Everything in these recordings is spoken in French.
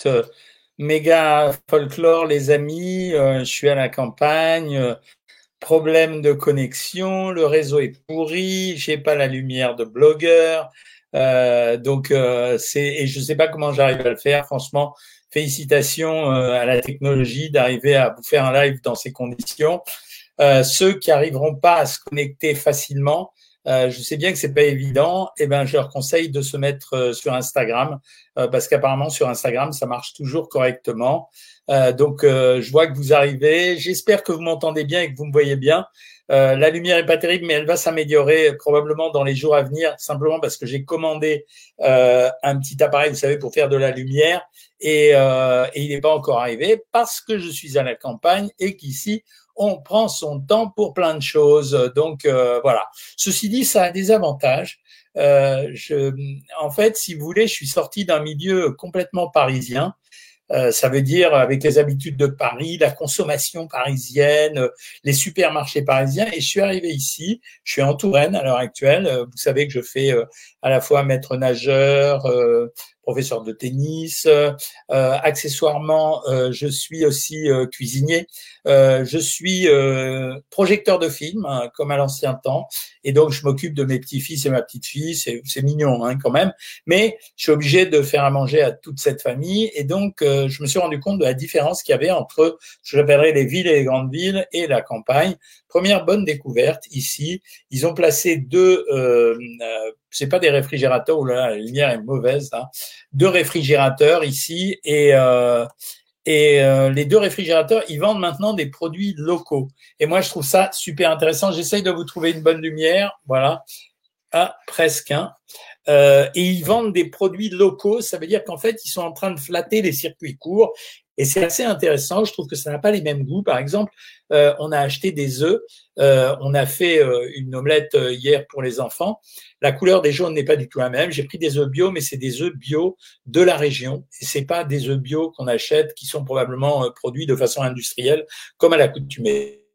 méga folklore, les amis. Je suis à la campagne. Problème de connexion, le réseau est pourri, j'ai pas la lumière de blogueur. Et je sais pas comment j'arrive à le faire. Franchement, félicitations à la technologie d'arriver à vous faire un live dans ces conditions. Ceux qui arriveront pas à se connecter facilement, je sais bien que c'est pas évident. Eh ben, je leur conseille de se mettre sur Instagram parce qu'apparemment sur Instagram ça marche toujours correctement. Je vois que vous arrivez. J'espère que vous m'entendez bien et que vous me voyez bien. La lumière est pas terrible, mais elle va s'améliorer probablement dans les jours à venir, simplement parce que j'ai commandé un petit appareil, vous savez, pour faire de la lumière, et il n'est pas encore arrivé parce que je suis à la campagne et qu'ici on prend son temps pour plein de choses. Voilà. Ceci dit, ça a des avantages. En fait, si vous voulez, je suis sorti d'un milieu complètement parisien. Ça veut dire avec les habitudes de Paris, la consommation parisienne, les supermarchés parisiens. Et je suis arrivé ici, je suis en Touraine à l'heure actuelle. Vous savez que je fais à la fois maître nageur, professeur de tennis. Accessoirement, je suis aussi cuisinier. Je suis projecteur de films, hein, comme à l'ancien temps. Et donc, je m'occupe de mes petits-fils et ma petite-fille. C'est mignon, hein, quand même. Mais je suis obligé de faire à manger à toute cette famille. Et donc, je me suis rendu compte de la différence qu'il y avait entre, je l'appellerais les villes et les grandes villes et la campagne. Première bonne découverte, ici, ils ont placé c'est pas des réfrigérateurs où là, la lumière est mauvaise, hein, 2 réfrigérateurs ici les 2 réfrigérateurs, ils vendent maintenant des produits locaux. Et moi, je trouve ça super intéressant. J'essaye de vous trouver une bonne lumière. Voilà. Ah, presque, hein. Et ils vendent des produits locaux. Ça veut dire qu'en fait, ils sont en train de flatter les circuits courts. Et c'est assez intéressant. Je trouve que ça n'a pas les mêmes goûts. Par exemple, on a acheté des œufs. On a fait une omelette hier pour les enfants. La couleur des jaunes n'est pas du tout la même. J'ai pris des œufs bio, mais c'est des œufs bio de la région. Et c'est pas des œufs bio qu'on achète, qui sont probablement produits de façon industrielle, comme à l'accoutumée.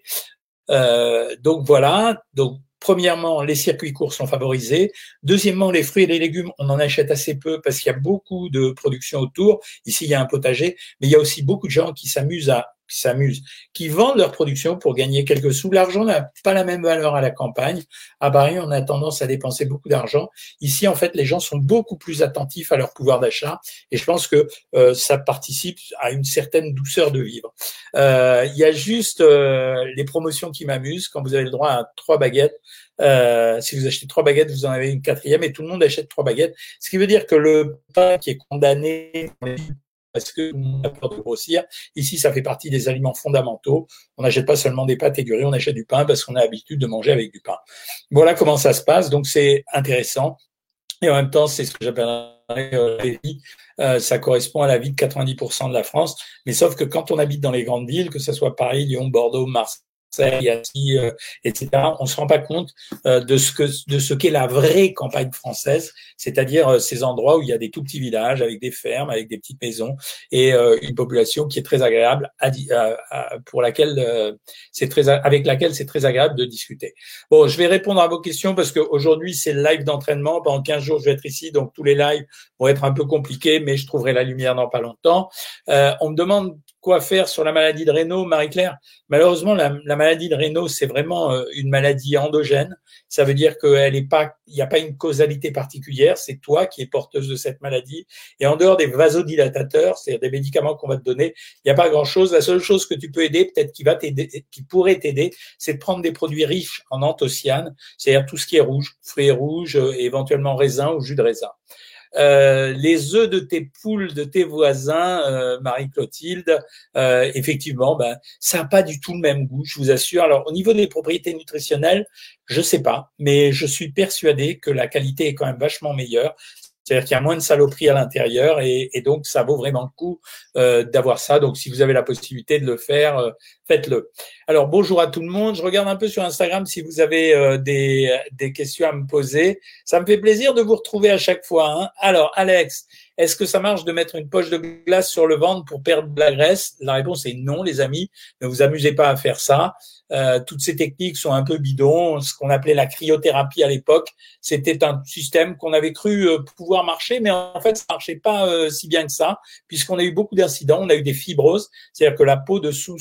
Donc voilà. Donc premièrement, les circuits courts sont favorisés. Deuxièmement, les fruits et les légumes, on en achète assez peu parce qu'il y a beaucoup de production autour. Ici, il y a un potager, mais il y a aussi beaucoup de gens qui qui vendent leur production pour gagner quelques sous. L'argent n'a pas la même valeur à la campagne. À Paris, on a tendance à dépenser beaucoup d'argent. Ici, en fait, les gens sont beaucoup plus attentifs à leur pouvoir d'achat et je pense que ça participe à une certaine douceur de vivre. Il y a juste les promotions qui m'amusent quand vous avez le droit à 3 baguettes. Si vous achetez 3 baguettes, vous en avez une quatrième et tout le monde achète 3 baguettes. Ce qui veut dire que le pain qui est condamné parce que tout le monde a peur de grossir, ici, ça fait partie des aliments fondamentaux. On n'achète pas seulement des pâtes et du riz, on achète du pain parce qu'on a l'habitude de manger avec du pain. Voilà comment ça se passe. Donc, c'est intéressant. Et en même temps, c'est ce que j'appellerais ça correspond à la vie de 90% de la France. Mais sauf que quand on habite dans les grandes villes, que ce soit Paris, Lyon, Bordeaux, Marseille, Annecy, etc., on se rend pas compte de ce qu'est la vraie campagne française, c'est-à-dire ces endroits où il y a des tout petits villages avec des fermes, avec des petites maisons et une population qui est très agréable avec laquelle c'est très agréable de discuter. Bon, je vais répondre à vos questions parce qu'aujourd'hui c'est le live d'entraînement. Pendant 15 jours, je vais être ici, donc tous les lives vont être un peu compliqués, mais je trouverai la lumière dans pas longtemps. On me demande quoi faire sur la maladie de Raynaud, Marie-Claire. Malheureusement, la maladie de Raynaud, c'est vraiment une maladie endogène. Ça veut dire il n'y a pas une causalité particulière. C'est toi qui es porteuse de cette maladie. Et en dehors des vasodilatateurs, c'est-à-dire des médicaments qu'on va te donner, il n'y a pas grand-chose. La seule chose que tu peux aider, peut-être qui pourrait t'aider, c'est de prendre des produits riches en anthocyanes, c'est-à-dire tout ce qui est rouge, fruits rouges, et éventuellement raisin ou jus de raisin. Les œufs de tes poules, de tes voisins, Marie-Clotilde, effectivement, ça n'a pas du tout le même goût, je vous assure. Alors, au niveau des propriétés nutritionnelles, je sais pas, mais je suis persuadé que la qualité est quand même vachement meilleure. C'est-à-dire qu'il y a moins de saloperies à l'intérieur et donc ça vaut vraiment le coup d'avoir ça. Donc si vous avez la possibilité de le faire, faites-le. Alors bonjour à tout le monde. Je regarde un peu sur Instagram si vous avez des questions à me poser. Ça me fait plaisir de vous retrouver à chaque fois, hein. Alors Alex, Est-ce que ça marche de mettre une poche de glace sur le ventre pour perdre de la graisse? La réponse est non, les amis. Ne vous amusez pas à faire ça. Toutes ces techniques sont un peu bidons. Ce qu'on appelait la cryothérapie à l'époque, c'était un système qu'on avait cru pouvoir marcher, mais en fait, ça marchait pas si bien que ça, puisqu'on a eu beaucoup d'incidents. On a eu des fibroses, c'est-à-dire que la peau dessous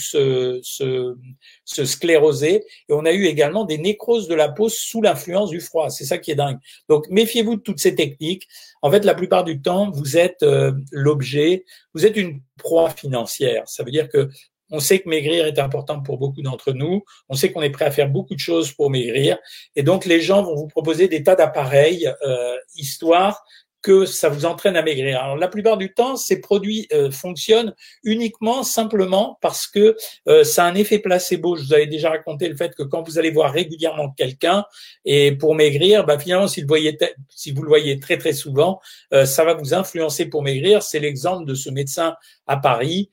se sclérosait, et on a eu également des nécroses de la peau sous l'influence du froid. C'est ça qui est dingue. Donc, méfiez-vous de toutes ces techniques. En fait, la plupart du temps, vous êtes l'objet, vous êtes une proie financière. Ça veut dire que on sait que maigrir est important pour beaucoup d'entre nous. On sait qu'on est prêt à faire beaucoup de choses pour maigrir. Et donc, les gens vont vous proposer des tas d'appareils, histoire que ça vous entraîne à maigrir. Alors, la plupart du temps, ces produits fonctionnent uniquement, simplement parce que ça a un effet placebo. Je vous avais déjà raconté le fait que quand vous allez voir régulièrement quelqu'un et pour maigrir, finalement, si vous le voyez très très souvent, ça va vous influencer pour maigrir. C'est l'exemple de ce médecin à Paris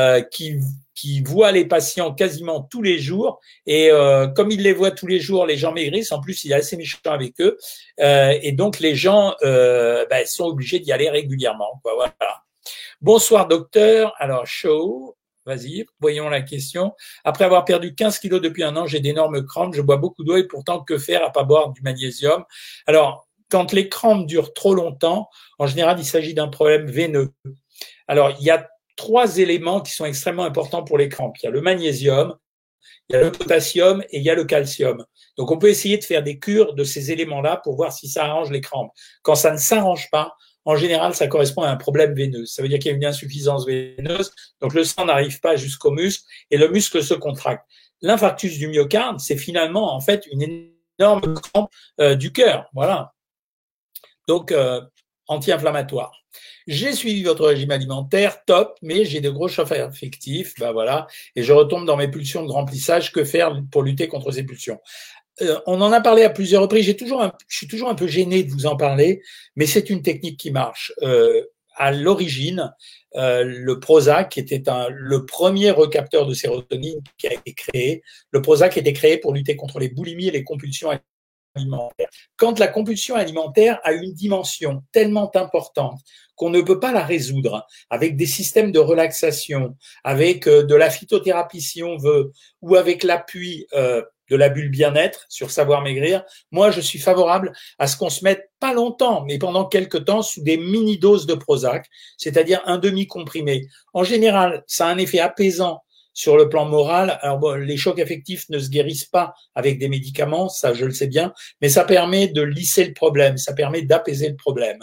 qui voit les patients quasiment tous les jours et comme il les voit tous les jours, les gens maigrissent. En plus, il est assez méchant avec eux et donc les gens sont obligés d'y aller régulièrement, quoi. Voilà. Bonsoir docteur. Alors show. Vas-y, voyons la question. Après avoir perdu 15 kilos depuis un an, j'ai d'énormes crampes. Je bois beaucoup d'eau et pourtant, que faire à pas boire du magnésium? Alors, quand les crampes durent trop longtemps, en général, il s'agit d'un problème veineux. Alors, il y a 3 éléments qui sont extrêmement importants pour les crampes. Il y a le magnésium, il y a le potassium et il y a le calcium. Donc, on peut essayer de faire des cures de ces éléments-là pour voir si ça arrange les crampes. Quand ça ne s'arrange pas, en général, ça correspond à un problème veineux. Ça veut dire qu'il y a une insuffisance veineuse, donc le sang n'arrive pas jusqu'au muscle et le muscle se contracte. L'infarctus du myocarde, c'est finalement en fait une énorme crampe du cœur. Voilà. Donc, anti-inflammatoire. J'ai suivi votre régime alimentaire, top, mais j'ai de gros chocs affectifs, voilà, et je retombe dans mes pulsions de remplissage. Que faire pour lutter contre ces pulsions? On en a parlé à plusieurs reprises. Je suis toujours un peu gêné de vous en parler, mais c'est une technique qui marche. À l'origine, le Prozac était le premier recapteur de sérotonine qui a été créé. Le Prozac était créé pour lutter contre les boulimies et les compulsions alimentaire. Quand la compulsion alimentaire a une dimension tellement importante qu'on ne peut pas la résoudre avec des systèmes de relaxation, avec de la phytothérapie si on veut, ou avec l'appui de la bulle bien-être sur Savoir Maigrir, moi je suis favorable à ce qu'on se mette pas longtemps, mais pendant quelques temps sous des mini-doses de Prozac, c'est-à-dire un demi-comprimé. En général, ça a un effet apaisant sur le plan moral. Alors les chocs affectifs ne se guérissent pas avec des médicaments, ça je le sais bien, mais ça permet de lisser le problème, ça permet d'apaiser le problème.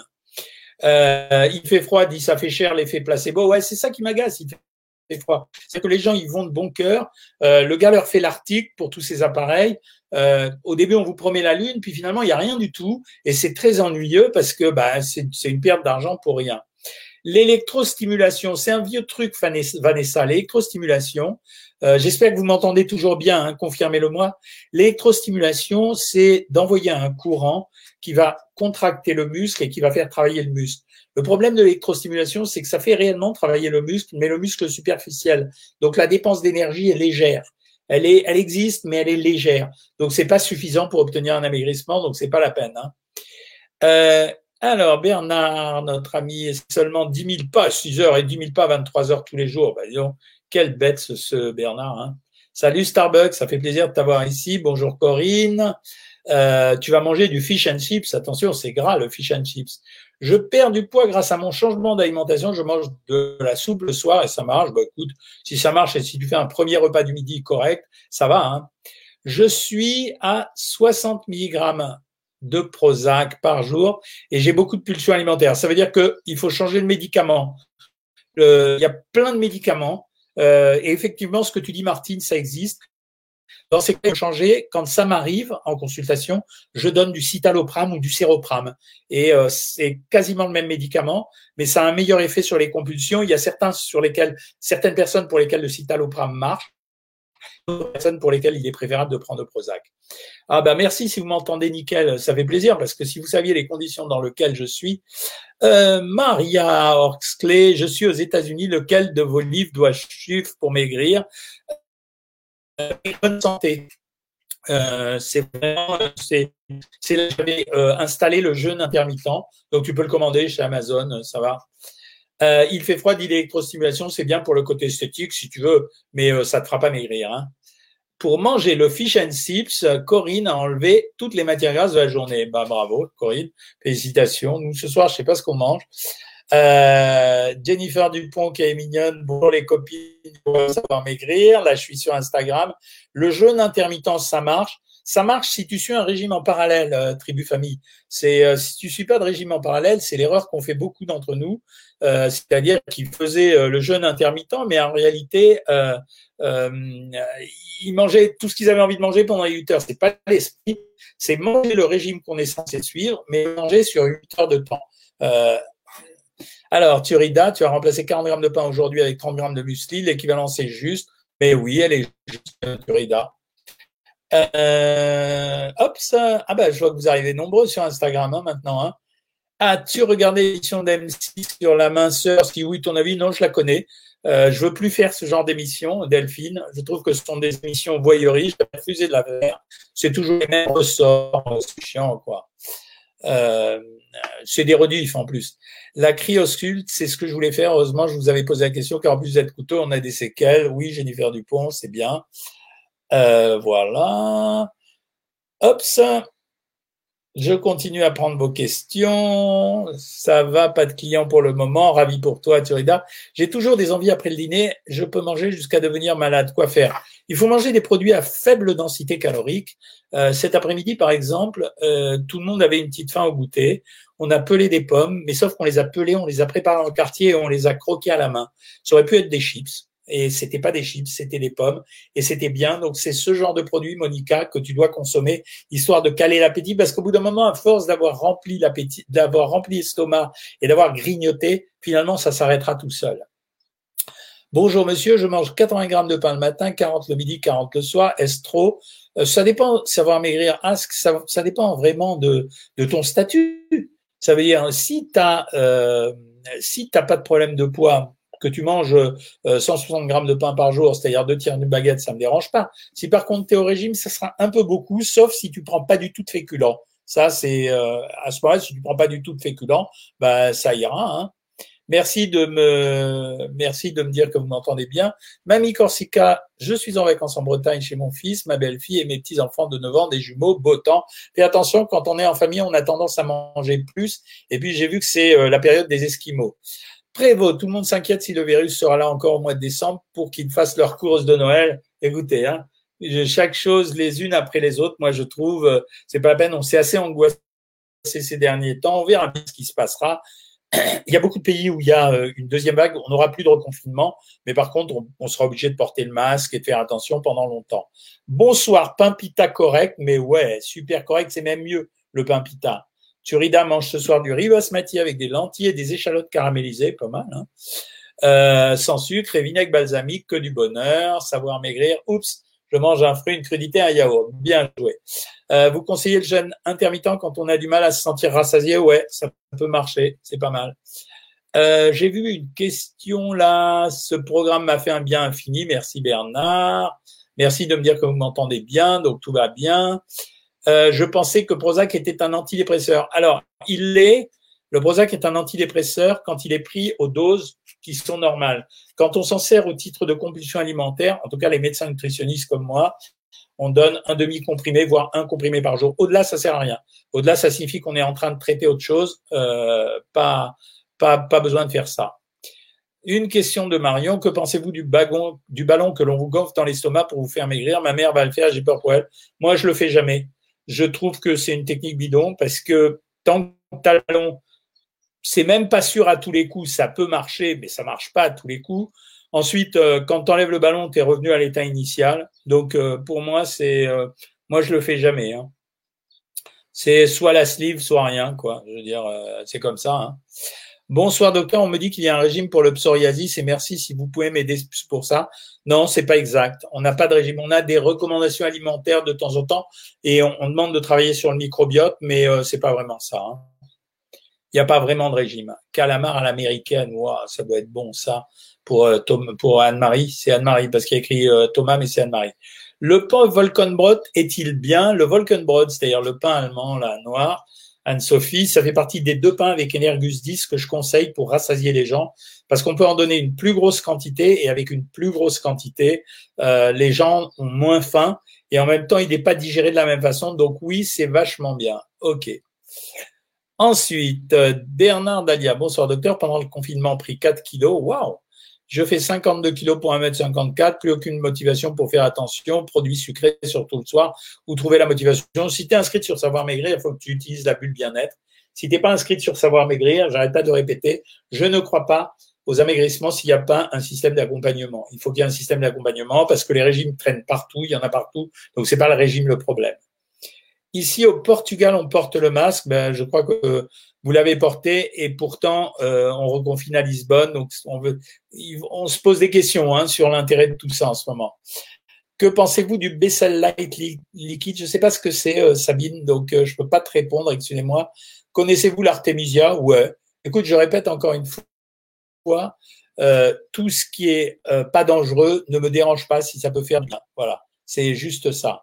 Il fait froid, dit ça fait cher l'effet placebo. Ouais, c'est ça qui m'agace, il fait froid. C'est que les gens, ils vont de bon cœur. Le gars leur fait l'article pour tous ces appareils. Au début, on vous promet la lune, puis finalement, il n'y a rien du tout. Et c'est très ennuyeux parce que c'est une perte d'argent pour rien. L'électrostimulation, c'est un vieux truc, Vanessa. L'électrostimulation, j'espère que vous m'entendez toujours bien, hein, confirmez-le-moi. L'électrostimulation, c'est d'envoyer un courant qui va contracter le muscle et qui va faire travailler le muscle. Le problème de l'électrostimulation, c'est que ça fait réellement travailler le muscle, mais le muscle superficiel. Donc la dépense d'énergie est légère. Elle existe, mais elle est légère. Donc c'est pas suffisant pour obtenir un amaigrissement, donc c'est pas la peine. Hein. Alors, Bernard, notre ami, est seulement 10 000 pas, 6 heures et 10 000 pas, 23 heures tous les jours. Disons, quelle bête ce Bernard. Hein. Salut Starbucks, ça fait plaisir de t'avoir ici. Bonjour Corinne. Tu vas manger du fish and chips. Attention, c'est gras le fish and chips. Je perds du poids grâce à mon changement d'alimentation. Je mange de la soupe le soir et ça marche. Écoute, si ça marche et si tu fais un premier repas du midi correct, ça va. Hein. Je suis à 60 mg de Prozac par jour et j'ai beaucoup de pulsions alimentaires. Ça veut dire qu'il faut changer le médicament. Il y a plein de médicaments et effectivement, ce que tu dis, Martine, ça existe. Dans ces cas, il faut changer. Quand ça m'arrive en consultation, je donne du citalopram ou du séroprame et c'est quasiment le même médicament, mais ça a un meilleur effet sur les compulsions. Il y a certaines personnes pour lesquelles le citalopram marche, d'autres personnes pour lesquelles il est préférable de prendre le Prozac. Ah merci, si vous m'entendez nickel, ça fait plaisir parce que si vous saviez les conditions dans lesquelles je suis. Maria Orxley, je suis aux États-Unis, lequel de vos livres dois-je suivre pour maigrir? Bonne santé. C'est vraiment, j'avais installé le jeûne intermittent, donc tu peux le commander chez Amazon, ça va. Il fait froid, dit l'électrostimulation, c'est bien pour le côté esthétique si tu veux, mais ça te fera pas maigrir. Hein. Pour manger le fish and chips, Corinne a enlevé toutes les matières grasses de la journée. Bah bravo, Corinne, félicitations. Nous ce soir, je sais pas ce qu'on mange. Jennifer Dupont qui est mignonne, bonjour les copines, pour savoir maigrir. Là, je suis sur Instagram. Le jeûne intermittent, ça marche. Ça marche si tu suis un régime en parallèle, tribu famille. C'est si tu suis pas de régime en parallèle, c'est l'erreur qu'ont fait beaucoup d'entre nous, c'est-à-dire qu'ils faisaient le jeûne intermittent, mais en réalité, ils mangeaient tout ce qu'ils avaient envie de manger pendant les 8 heures. C'est pas l'esprit, c'est manger le régime qu'on est censé suivre, mais manger sur 8 heures de temps. Alors, Turida, tu as remplacé 40 grammes de pain aujourd'hui avec 30 grammes de muesli. L'équivalence est juste. Mais oui, elle est juste, Turida. Hop, ça. Ah ben, je vois que vous arrivez nombreux sur Instagram hein, maintenant. Hein. As-tu regardé l'émission d'M6 sur la minceur? Si oui, ton avis? Non, je la connais. Je veux plus faire ce genre d'émission, Delphine. Je trouve que ce sont des émissions voyeuristes. J'ai refusé de la faire. C'est toujours les mêmes ressorts. C'est chiant, quoi. C'est des rediffs en plus. La cryosculpte, c'est ce que je voulais faire. Heureusement, je vous avais posé la question, car en plus d'être couteau, on a des séquelles. Oui, Jennifer Dupont, c'est bien. Voilà. Hop, ça. Je continue à prendre vos questions. Ça va, pas de clients pour le moment. Ravi pour toi, Turida. J'ai toujours des envies après le dîner. Je peux manger jusqu'à devenir malade. Quoi faire? Il faut manger des produits à faible densité calorique. Cet après-midi, par exemple, tout le monde avait une petite faim au goûter. On a pelé des pommes, mais sauf qu'on les a pelées, on les a préparées dans le quartier et on les a croquées à la main. Ça aurait pu être des chips. Et c'était pas des chips, c'était des pommes. Et c'était bien. Donc, c'est ce genre de produit, Monica, que tu dois consommer, histoire de caler l'appétit. Parce qu'au bout d'un moment, à force d'avoir rempli l'appétit, d'avoir rempli l'estomac et d'avoir grignoté, finalement, ça s'arrêtera tout seul. Bonjour monsieur, je mange 80 grammes de pain le matin, 40 le midi, 40 le soir. Est-ce trop? Ça dépend, savoir maigrir, ça dépend vraiment de ton statut. Ça veut dire, si t'as pas de problème de poids, que tu manges 160 grammes de pain par jour, c'est-à-dire 2 tiers d'une baguette, ça me dérange pas. Si par contre tu es au régime, ça sera un peu beaucoup, sauf si tu prends pas du tout de féculents. Ça, c'est à ce moment-là, si tu prends pas du tout de féculents, bah ça ira. Hein. Merci de me dire que vous m'entendez bien. Mamie Corsica, je suis en vacances en Bretagne chez mon fils, ma belle-fille et mes petits-enfants de 9 ans, des jumeaux, beau temps. Fais attention, quand on est en famille, on a tendance à manger plus. Et puis, j'ai vu que c'est la période des Esquimaux. Prévost, tout le monde s'inquiète si le virus sera là encore au mois de décembre pour qu'ils fassent leur course de Noël. Écoutez, hein, chaque chose les unes après les autres, moi je trouve, c'est pas la peine, on s'est assez angoissé ces derniers temps, on verra bien ce qui se passera. Il y a beaucoup de pays où il y a une deuxième vague, on n'aura plus de reconfinement, mais par contre, on sera obligé de porter le masque et de faire attention pendant longtemps. Bonsoir, pain pita correct, mais ouais, super correct, c'est même mieux, le pain pita. Turida mange ce soir du riz basmati avec des lentilles et des échalotes caramélisées, pas mal, hein. Sans sucre et vinaigre balsamique, que du bonheur, savoir maigrir, oups, je mange un fruit, une crudité, un yaourt. Bien joué. Vous conseillez le jeûne intermittent quand on a du mal à se sentir rassasié? Ouais, ça peut marcher, c'est pas mal. J'ai vu une question là. Ce programme m'a fait un bien infini. Merci Bernard. Merci de me dire que vous m'entendez bien, donc tout va bien. Je pensais que Prozac était un antidépresseur. Alors, il l'est. Le Prozac est un antidépresseur quand il est pris aux doses qui sont normales. Quand on s'en sert au titre de compulsion alimentaire, en tout cas les médecins nutritionnistes comme moi, on donne un demi-comprimé, voire un comprimé par jour. Au-delà, ça sert à rien. Au-delà, ça signifie qu'on est en train de traiter autre chose. Pas besoin de faire ça. Une question de Marion. Que pensez-vous du ballon que l'on vous gonfle dans l'estomac pour vous faire maigrir? Ma mère va le faire, j'ai peur pour elle. Moi, je le fais jamais. Je trouve que c'est une technique bidon parce que tant que tu as le ballon, c'est même pas sûr à tous les coups. Ça peut marcher, mais ça marche pas à tous les coups. Ensuite, quand tu enlèves le ballon, tu es revenu à l'état initial. Donc, pour moi, moi, je le fais jamais. Hein. C'est soit la sleeve, soit rien, quoi. Je veux dire, c'est comme ça. Hein. Bonsoir docteur, on me dit qu'il y a un régime pour le psoriasis et merci si vous pouvez m'aider pour ça. Non, c'est pas exact. On n'a pas de régime. On a des recommandations alimentaires de temps en temps et on demande de travailler sur le microbiote, mais c'est pas vraiment ça. Hein. Il n'y a pas vraiment de régime. Calamar à l'américaine, wow, ça doit être bon ça pour Anne-Marie. C'est Anne-Marie parce qu'il y a écrit Thomas, mais c'est Anne-Marie. Le pain Volkenbrot est-il bien? Le Volkenbrot, c'est-à-dire le pain allemand, là, noir, Anne-Sophie, ça fait partie des 2 pains avec Energus 10 que je conseille pour rassasier les gens, parce qu'on peut en donner une plus grosse quantité, et avec une plus grosse quantité, les gens ont moins faim, et en même temps, il n'est pas digéré de la même façon, donc oui, c'est vachement bien. Ok. Ensuite, Bernard Dalia. Bonsoir docteur, pendant le confinement, pris 4 kilos. Waouh! Je fais 52 kilos pour 1m54, plus aucune motivation pour faire attention, produits sucrés surtout le soir, ou trouver la motivation. Si tu es inscrite sur Savoir Maigrir, il faut que tu utilises la bulle bien-être. Si tu n'es pas inscrite sur Savoir Maigrir, j'arrête pas de répéter, je ne crois pas aux amaigrissements s'il n'y a pas un système d'accompagnement. Il faut qu'il y ait un système d'accompagnement parce que les régimes traînent partout, il y en a partout, donc c'est pas le régime le problème. Ici au Portugal, on porte le masque. Ben, je crois que vous l'avez porté et pourtant on reconfine à Lisbonne. Donc on se pose des questions sur l'intérêt de tout ça en ce moment. Que pensez-vous du Bessel Light liquide? Je ne sais pas ce que c'est, Sabine, donc je ne peux pas te répondre. Excusez-moi. Connaissez-vous l'Artemisia? Ouais. Écoute, je répète encore une fois. Tout ce qui est pas dangereux ne me dérange pas si ça peut faire bien. Voilà, c'est juste ça.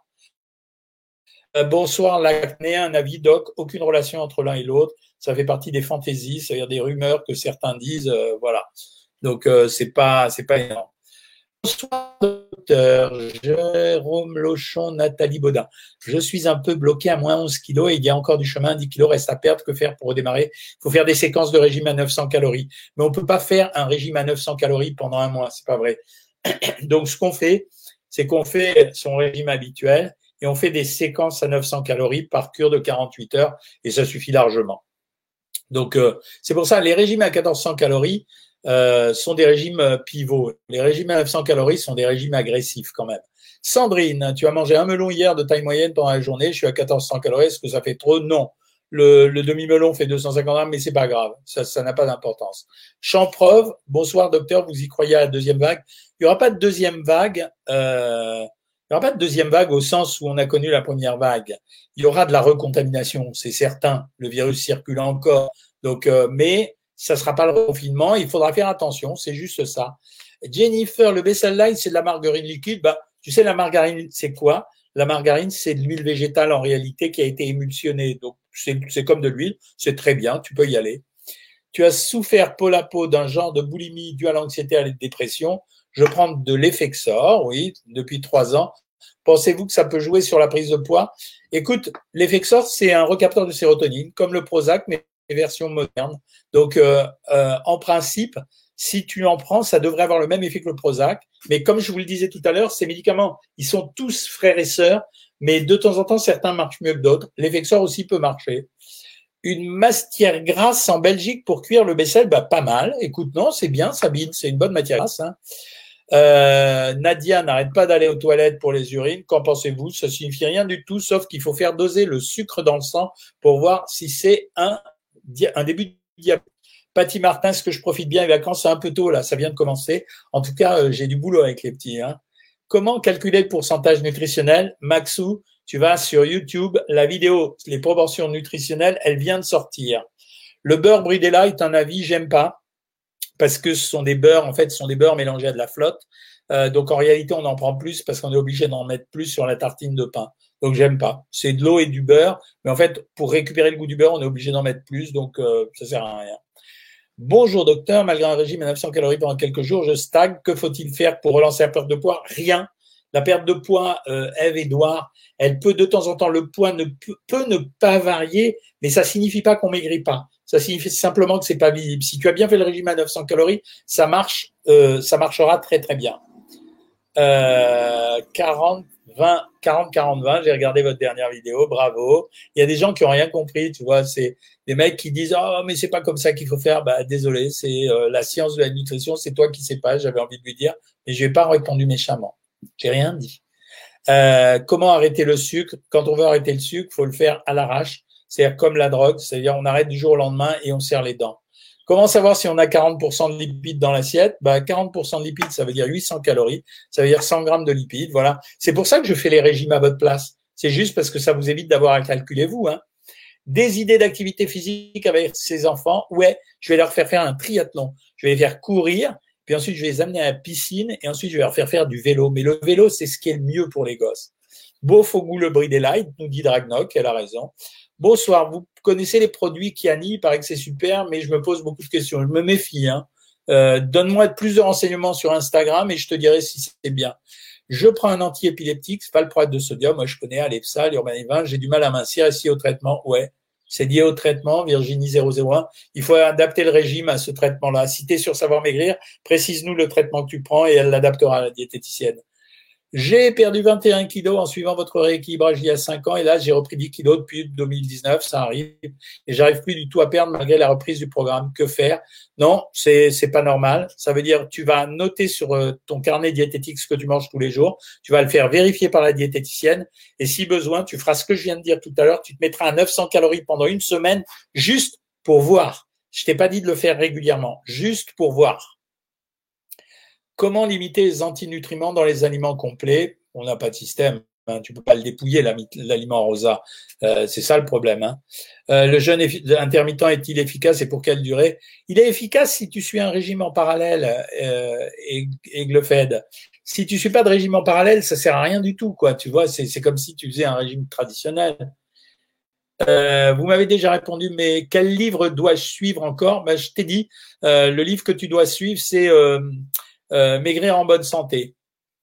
Bonsoir, l'acné, un avis, doc, aucune relation entre l'un et l'autre. Ça fait partie des fantaisies, c'est-à-dire des rumeurs que certains disent, voilà. Donc, c'est pas énorme. Bonsoir, docteur Jérôme Lochon, Nathalie Baudin. Je suis un peu bloqué à moins 11 kilos et il y a encore du chemin, 10 kilos reste à perdre. Que faire pour redémarrer? Il faut faire des séquences de régime à 900 calories. Mais on peut pas faire un régime à 900 calories pendant un mois, c'est pas vrai. Donc, ce qu'on fait, c'est qu'on fait son régime habituel et on fait des séquences à 900 calories par cure de 48 heures et ça suffit largement. Donc, c'est pour ça les régimes à 1400 calories sont des régimes pivots. Les régimes à 900 calories sont des régimes agressifs quand même. Sandrine, tu as mangé un melon hier de taille moyenne pendant la journée, je suis à 1400 calories, est-ce que ça fait trop? Non. Le demi-melon fait 250 grammes, mais c'est pas grave, ça n'a pas d'importance. Champreuve, bonsoir docteur, vous y croyez à la deuxième vague? Il n'y aura pas de deuxième vague. Il n'y aura pas de deuxième vague au sens où on a connu la première vague. Il y aura de la recontamination, c'est certain. Le virus circule encore. Donc, mais ça ne sera pas le confinement. Il faudra faire attention. C'est juste ça. Jennifer, le Bessel Light, c'est de la margarine liquide. Bah, tu sais, la margarine, c'est quoi? La margarine, c'est de l'huile végétale en réalité qui a été émulsionnée. Donc, c'est comme de l'huile. C'est très bien. Tu peux y aller. Tu as souffert peau à peau d'un genre de boulimie due à l'anxiété et à la dépression. Je prends de l'Effexor, oui, depuis 3 ans. Pensez-vous que ça peut jouer sur la prise de poids? Écoute, l'Effexor, c'est un recapteur de sérotonine, comme le Prozac, mais version moderne. Donc, en principe, si tu en prends, ça devrait avoir le même effet que le Prozac. Mais comme je vous le disais tout à l'heure, ces médicaments, ils sont tous frères et sœurs, mais de temps en temps, certains marchent mieux que d'autres. L'Effexor aussi peut marcher. Une matière grasse en Belgique pour cuire le Bessel, bah, pas mal. Écoute, non, c'est bien, Sabine, c'est une bonne matière grasse. Nadia n'arrête pas d'aller aux toilettes pour les urines. Qu'en pensez-vous? Ça signifie rien du tout, sauf qu'il faut faire doser le sucre dans le sang pour voir si c'est un début de diabète. Patty Martin, est-ce que je profite bien des vacances? C'est un peu tôt, là, ça vient de commencer. En tout cas, j'ai du boulot avec les petits. Comment calculer le pourcentage nutritionnel? Maxou, tu vas sur YouTube, la vidéo, les proportions nutritionnelles, elle vient de sortir. Le beurre bridé light, un avis, j'aime pas, parce que ce sont des beurres, en fait, ce sont des beurres mélangés à de la flotte. Donc en réalité, on en prend plus parce qu'on est obligé d'en mettre plus sur la tartine de pain. Donc j'aime pas. C'est de l'eau et du beurre, mais en fait, pour récupérer le goût du beurre, on est obligé d'en mettre plus, donc ça sert à rien. Bonjour docteur, malgré un régime à 900 calories pendant quelques jours, je stagne. Que faut-il faire pour relancer la perte de poids? Rien. La perte de poids, Ève Edouard, elle peut de temps en temps, le poids peut ne pas varier, mais ça signifie pas qu'on maigrit pas. Ça signifie simplement que c'est pas visible. Si tu as bien fait le régime à 900 calories, ça marchera très très bien. 40, 20, 40, 40, 20. J'ai regardé votre dernière vidéo. Bravo. Il y a des gens qui ont rien compris, tu vois. C'est des mecs qui disent, oh, mais c'est pas comme ça qu'il faut faire. Bah, désolé. C'est, la science de la nutrition. C'est toi qui sais pas. J'avais envie de lui dire, mais je n'ai pas répondu méchamment. J'ai rien dit. Comment arrêter le sucre? Quand on veut arrêter le sucre, faut le faire à l'arrache. C'est-à-dire comme la drogue. C'est-à-dire, on arrête du jour au lendemain et on serre les dents. Comment savoir si on a 40% de lipides dans l'assiette? Bah, 40% de lipides, ça veut dire 800 calories. Ça veut dire 100 grammes de lipides. Voilà. C'est pour ça que je fais les régimes à votre place. C'est juste parce que ça vous évite d'avoir à calculer vous, Des idées d'activité physique avec ces enfants? Ouais, je vais leur faire un triathlon. Je vais les faire courir puis ensuite je vais les amener à la piscine, et ensuite je vais leur faire du vélo. Mais le vélo, c'est ce qui est le mieux pour les gosses. Beauf au goût le bris des lights, nous dit Dragnoc, elle a raison. Bonsoir, vous connaissez les produits Kiani, il paraît que c'est super, mais je me pose beaucoup de questions. Je me méfie. Hein. Donne-moi plus de renseignements sur Instagram et je te dirai si c'est bien. Je prends un antiépileptique, c'est pas le proacte de sodium. Moi, je connais Alexa, l'Urbanivin. J'ai du mal à mincir. Ici au traitement, ouais, c'est lié au traitement. Virginie 001. Il faut adapter le régime à ce traitement-là. Si tu es sur Savoir Maigrir, précise-nous le traitement que tu prends et elle l'adaptera à la diététicienne. J'ai perdu 21 kilos en suivant votre rééquilibrage il y a 5 ans et là, j'ai repris 10 kilos depuis 2019, ça arrive. Et j'arrive plus du tout à perdre malgré la reprise du programme. Que faire? Non, c'est pas normal. Ça veut dire tu vas noter sur ton carnet diététique ce que tu manges tous les jours. Tu vas le faire vérifier par la diététicienne. Et si besoin, tu feras ce que je viens de dire tout à l'heure. Tu te mettras à 900 calories pendant une semaine juste pour voir. Je t'ai pas dit de le faire régulièrement, juste pour voir. Comment limiter les antinutriments dans les aliments complets? On n'a pas de système. Hein, tu peux pas le dépouiller, l'aliment rosa. C'est ça le problème. Hein. Le jeûne intermittent est-il efficace et pour quelle durée? Il est efficace si tu suis un régime en parallèle et le fed. Si tu suis pas de régime en parallèle, ça sert à rien du tout, quoi. Tu vois, c'est comme si tu faisais un régime traditionnel. Vous m'avez déjà répondu, mais quel livre dois-je suivre encore? Ben, je t'ai dit, le livre que tu dois suivre, c'est Maigrir en bonne santé.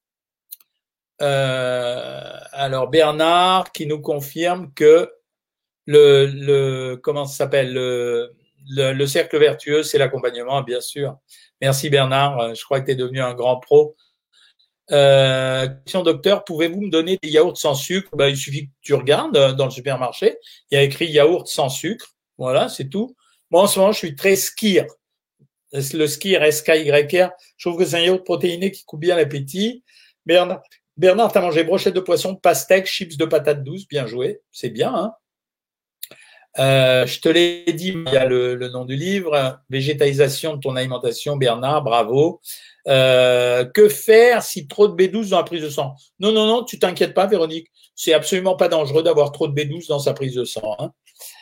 Alors Bernard qui nous confirme que comment ça s'appelle le cercle vertueux, c'est l'accompagnement, bien sûr. Merci Bernard, je crois que tu es devenu un grand pro. Question docteur, pouvez-vous me donner des yaourts sans sucre? Ben, il suffit que tu regardes dans le supermarché, il y a écrit yaourt sans sucre, voilà, c'est tout. Moi en ce moment, je suis très skir. Le skir, SKYR, je trouve que c'est un yaourt protéiné qui coupe bien l'appétit. Bernard, t'as mangé brochette de poisson, pastèque, chips de patates douces, bien joué, c'est bien. Hein. Je te l'ai dit, il y a le nom du livre, Végétalisation de ton alimentation, Bernard, bravo. Que faire si trop de B12 dans la prise de sang? Non, tu t'inquiètes pas, Véronique, c'est absolument pas dangereux d'avoir trop de B12 dans sa prise de sang. Hein.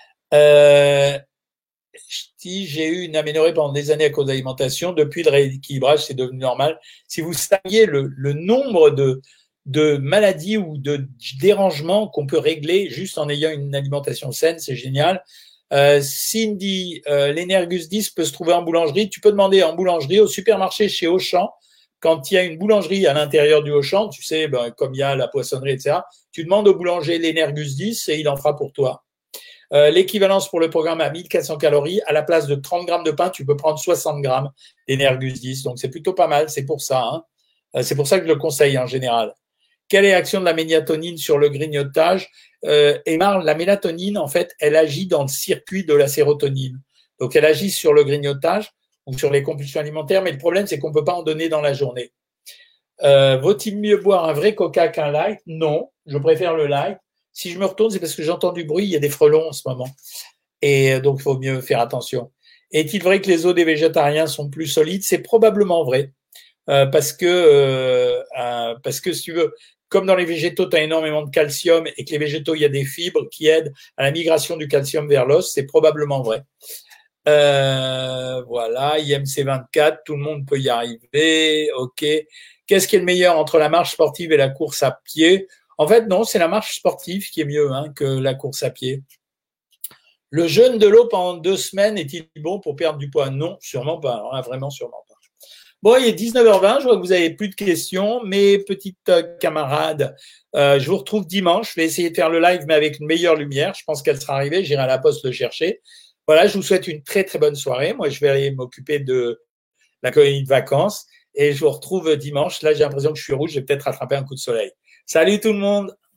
Si j'ai eu une améliorée pendant des années à cause de l'alimentation, depuis le rééquilibrage, c'est devenu normal. Si vous saviez le nombre de maladies ou de dérangements qu'on peut régler juste en ayant une alimentation saine, c'est génial. Cindy, l'Energus 10 peut se trouver en boulangerie. Tu peux demander en boulangerie, au supermarché chez Auchan. Quand il y a une boulangerie à l'intérieur du Auchan, tu sais, comme il y a la poissonnerie, etc., tu demandes au boulanger l'Energus 10 et il en fera pour toi. L'équivalence pour le programme à 1400 calories, à la place de 30 grammes de pain, tu peux prendre 60 grammes d'Energus 10. Donc, c'est plutôt pas mal, c'est pour ça. Hein. C'est pour ça que je le conseille en général. Quelle est l'action de la mélatonine sur le grignotage? Emar, la mélatonine, en fait, elle agit dans le circuit de la sérotonine. Donc, elle agit sur le grignotage ou sur les compulsions alimentaires, mais le problème, c'est qu'on ne peut pas en donner dans la journée. Vaut-il mieux boire un vrai coca qu'un light? Non, je préfère le light. Si je me retourne, c'est parce que j'entends du bruit, il y a des frelons en ce moment. Et donc, il faut mieux faire attention. Est-il vrai que les os des végétariens sont plus solides? C'est probablement vrai. Parce que si tu veux, comme dans les végétaux, tu as énormément de calcium et que les végétaux, il y a des fibres qui aident à la migration du calcium vers l'os, c'est probablement vrai. Voilà, IMC 24, tout le monde peut y arriver. OK. Qu'est-ce qui est le meilleur entre la marche sportive et la course à pied? En fait, non, c'est la marche sportive qui est mieux que la course à pied. Le jeûne de l'eau pendant 2 semaines est-il bon pour perdre du poids? Non, sûrement pas. Alors, vraiment, sûrement pas. Bon, il est 19h20, je vois que vous avez plus de questions. Mes petites camarades, je vous retrouve dimanche. Je vais essayer de faire le live, mais avec une meilleure lumière. Je pense qu'elle sera arrivée. J'irai à la poste le chercher. Voilà, je vous souhaite une très, très bonne soirée. Moi, je vais aller m'occuper de la colonie de vacances. Et je vous retrouve dimanche. Là, j'ai l'impression que je suis rouge. Je vais peut-être rattraper un coup de soleil. Salut tout le monde!